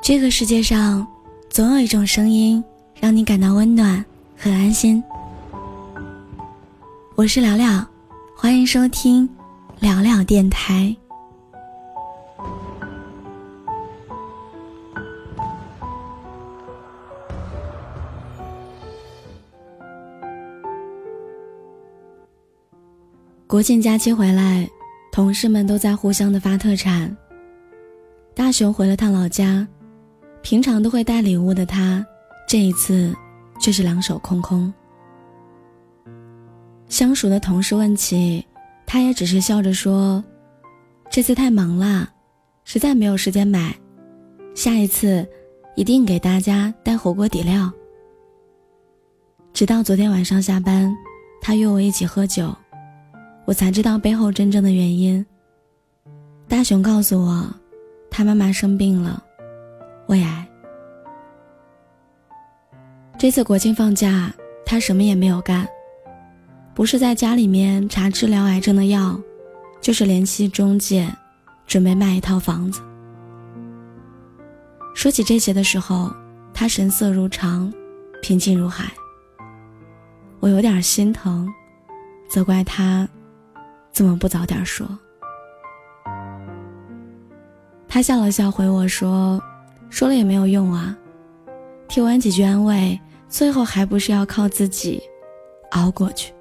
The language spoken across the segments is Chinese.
这个世界上总有一种声音让你感到温暖和安心。我是聊聊，欢迎收听聊聊电台。国庆假期回来，同事们都在互相的发特产。大雄回了趟老家，平常都会带礼物的他，这一次却是两手空空。相熟的同事问起，他也只是笑着说，这次太忙啦，实在没有时间买，下一次一定给大家带火锅底料。直到昨天晚上下班，他约我一起喝酒，我才知道背后真正的原因。大雄告诉我，他妈妈生病了，胃癌。这次国庆放假，他什么也没有干，不是在家里面查治疗癌症的药，就是联系中介，准备卖一套房子。说起这些的时候，他神色如常，平静如海。我有点心疼，责怪他怎么不早点说。他笑了笑回我说了也没有用啊，听完几句安慰，最后还不是要靠自己熬过去。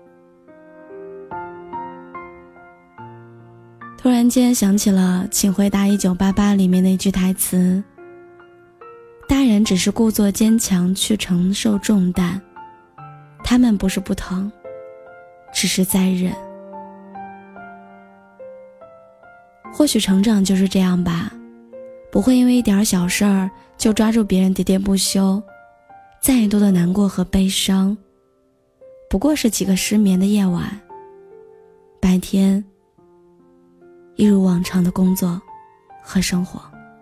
突然间想起了《请回答1988》里面的一句台词，大人只是故作坚强去承受重担，他们不是不疼，只是在忍。或许成长就是这样吧，不会因为一点小事儿就抓住别人喋喋不休，再多的难过和悲伤，不过是几个失眠的夜晚，白天一如往常的工作和生活。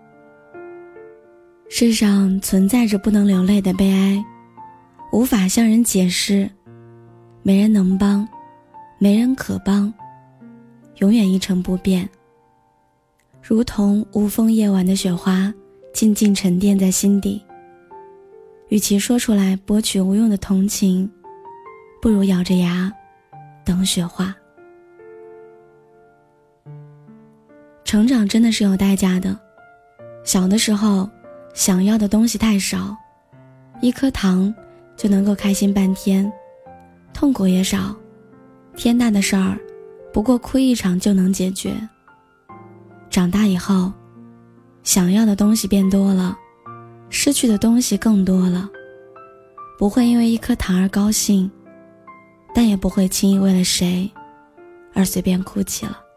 世上存在着不能流泪的悲哀，无法向人解释，没人能帮，没人可帮，永远一成不变，如同无风夜晚的雪花，静静沉淀在心底。与其说出来博取无用的同情，不如咬着牙等雪化。成长真的是有代价的，小的时候想要的东西太少，一颗糖就能够开心半天，痛苦也少，天大的事儿不过哭一场就能解决。长大以后，想要的东西变多了，失去的东西更多了，不会因为一颗糖而高兴，但也不会轻易为了谁而随便哭泣了。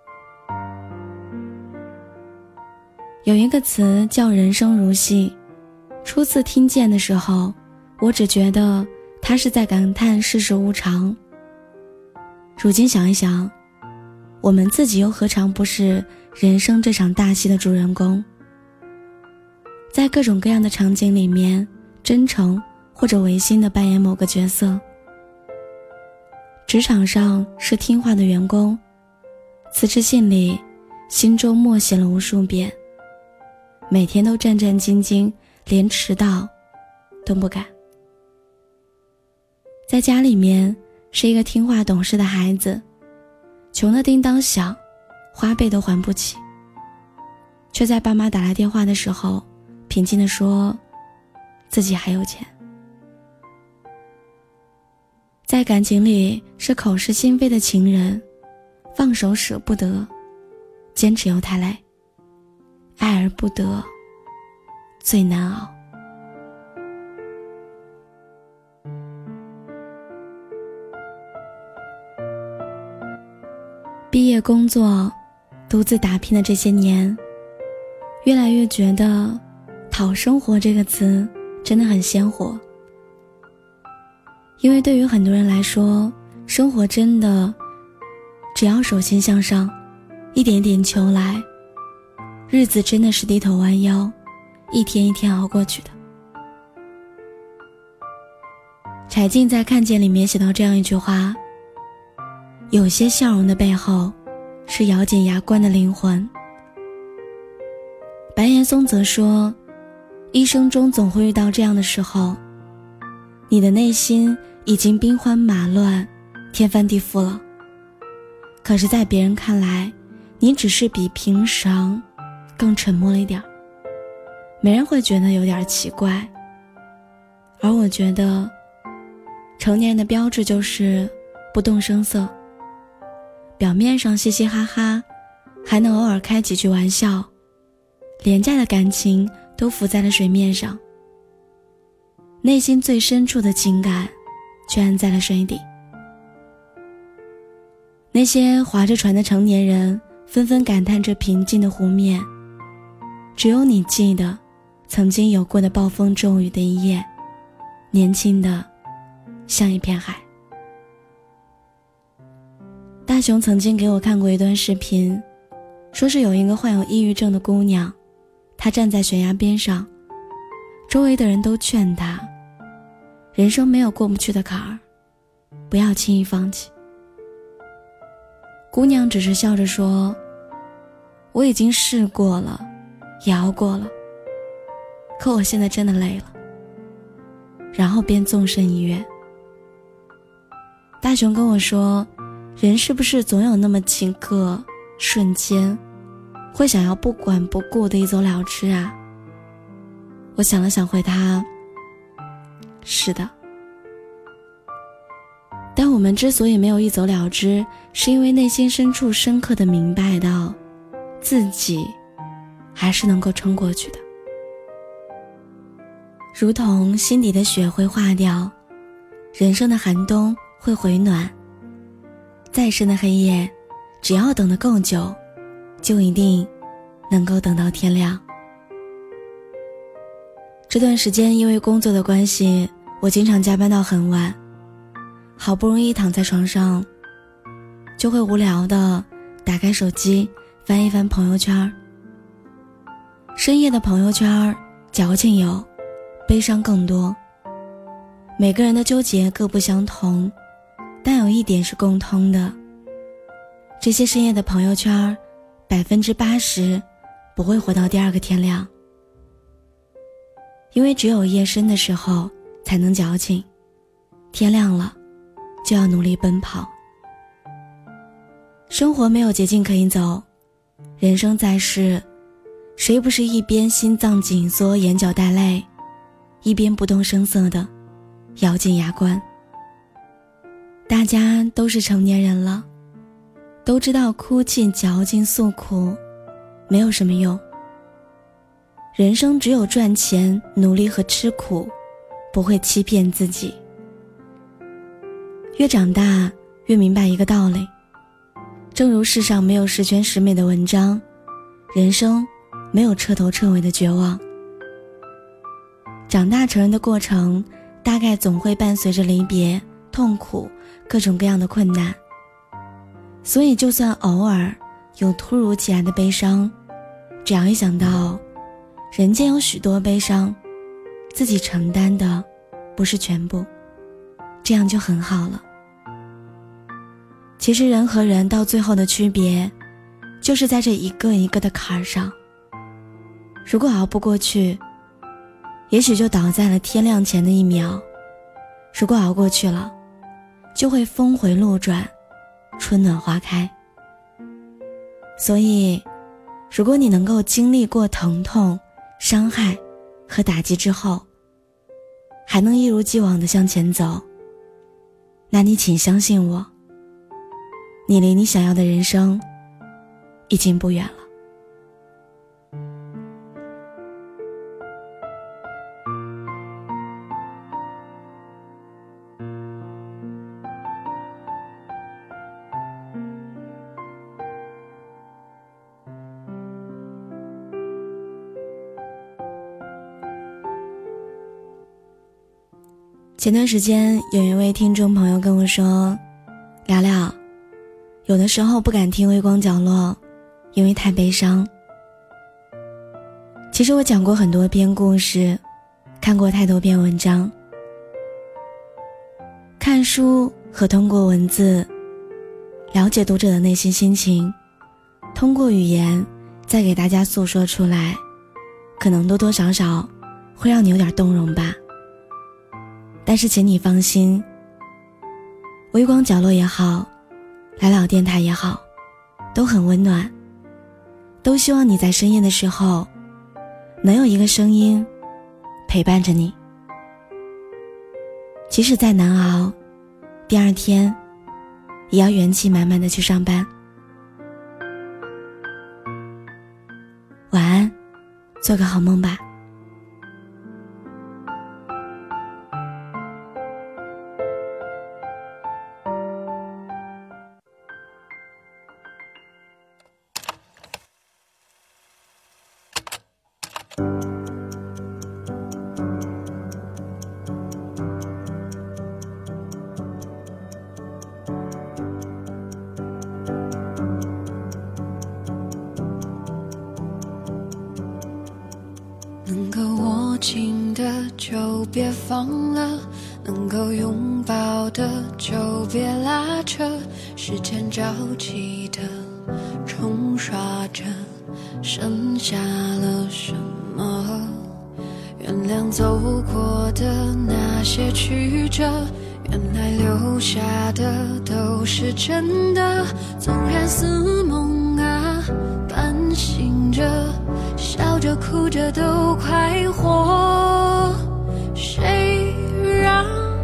有一个词叫人生如戏，初次听见的时候，我只觉得他是在感叹世事无常。如今想一想，我们自己又何尝不是人生这场大戏的主人公？在各种各样的场景里面，真诚或者违心地扮演某个角色。职场上是听话的员工，辞职信里心中默写了无数遍，每天都战战兢兢，连迟到都不敢。在家里面是一个听话懂事的孩子，穷得叮当响，花呗都还不起，却在爸妈打来电话的时候平静地说自己还有钱。在感情里是口是心非的情人，放手舍不得，坚持又太累，爱而不得最难熬。毕业工作独自打拼的这些年，越来越觉得讨生活这个词真的很鲜活。因为对于很多人来说，生活真的只要手心向上，一点点求来，日子真的是低头弯腰，一天一天熬过去的。柴静在《看见》里面写到这样一句话，有些笑容的背后是咬紧牙关的灵魂。白岩松则说， 一生中总会遇到这样的时候，你的内心已经兵荒马乱，天翻地覆了，可是在别人看来，你只是比平常更沉默了一点，没人会觉得有点奇怪。而我觉得成年人的标志就是不动声色，表面上嘻嘻哈哈，还能偶尔开几句玩笑，廉价的感情都浮在了水面上，内心最深处的情感却安在了水底。那些划着船的成年人纷纷感叹着平静的湖面，只有你记得曾经有过的暴风骤雨的一夜，年轻的像一片海。大雄曾经给我看过一段视频，说是有一个患有抑郁症的姑娘，她站在悬崖边上，周围的人都劝她，人生没有过不去的坎儿，不要轻易放弃。姑娘只是笑着说，我已经试过了，也熬过了，可我现在真的累了，然后便纵身一跃。大雄跟我说，人是不是总有那么几个瞬间会想要不管不顾的一走了之啊？我想了想回他，是的。但我们之所以没有一走了之，是因为内心深处深刻地明白到自己还是能够撑过去的。如同心底的雪会化掉，人生的寒冬会回暖，再深的黑夜，只要等得够久，就一定能够等到天亮。这段时间因为工作的关系，我经常加班到很晚，好不容易躺在床上，就会无聊的打开手机翻一翻朋友圈。深夜的朋友圈，矫情有，悲伤更多。每个人的纠结各不相同，但有一点是共通的，这些深夜的朋友圈，80%不会活到第二个天亮。因为只有夜深的时候才能矫情，天亮了就要努力奔跑。生活没有捷径可以走，人生在世，谁不是一边心脏紧缩眼角带泪，一边不动声色的咬紧牙关。大家都是成年人了，都知道哭泣矫情诉苦没有什么用，人生只有赚钱努力和吃苦，不会欺骗自己。越长大越明白一个道理，正如世上没有十全十美的文章，人生没有彻头彻尾的绝望。长大成人的过程，大概总会伴随着离别、痛苦、各种各样的困难。所以就算偶尔有突如其来的悲伤，只要一想到人间有许多悲伤，自己承担的不是全部，这样就很好了。其实人和人到最后的区别，就是在这一个一个的坎上。如果熬不过去，也许就倒在了天亮前的一秒；如果熬过去了，就会峰回路转，春暖花开。所以，如果你能够经历过疼痛、伤害和打击之后，还能一如既往地向前走，那你请相信我，你离你想要的人生已经不远了。前段时间有一位听众朋友跟我说，聊聊，有的时候不敢听微光角落，因为太悲伤。其实我讲过很多篇故事，看过太多篇文章，看书和通过文字了解读者的内心心情，通过语言再给大家诉说出来，可能多多少少会让你有点动容吧。但是请你放心，微光角落也好，来老电台也好，都很温暖，都希望你在深夜的时候能有一个声音陪伴着你，即使再难熬，第二天也要元气满满的去上班。晚安，做个好梦吧。 能够握紧的就别放了，能够拥抱的就别拉扯，时间着急的冲刷着，剩下了什么？原谅走过的那些曲折，原来留下的都是真的，纵然似梦啊，半醒着，笑着哭着都快活。谁让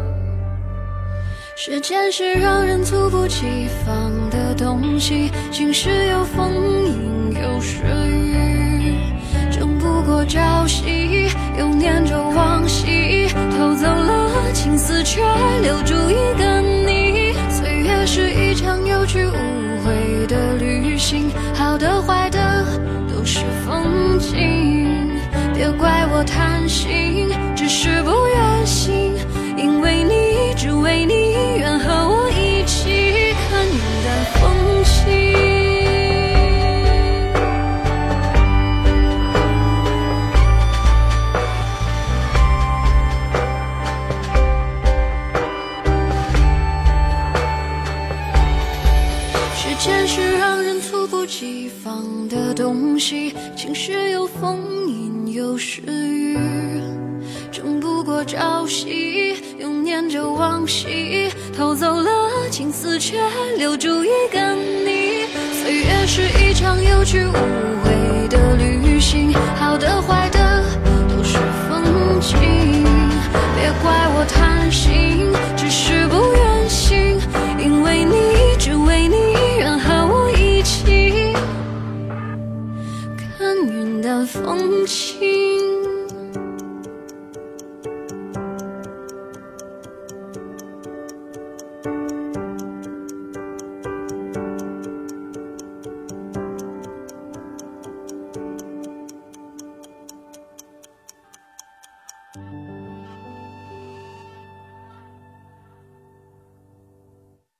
时间是让人猝不及防的东西，晴时有风，阴有时雨，争不过朝夕，又念着往昔，偷走了青丝，却留住一个你。岁月是一场有去无回的旅行，好的坏的都是风景，别怪我贪心，只是不愿醒，因为你，只为你，愿和我一起看云淡风轻。时间是让人猝不及防的东西，晴时有风，阴有时雨，争不过朝夕，又念着往昔，偷走了青丝，却留住一个你。岁月是一场有去无回的旅行，好的坏的都是风景，别怪我贪心，只是不愿醒，因为你，只为你，愿和我一起看云淡风轻。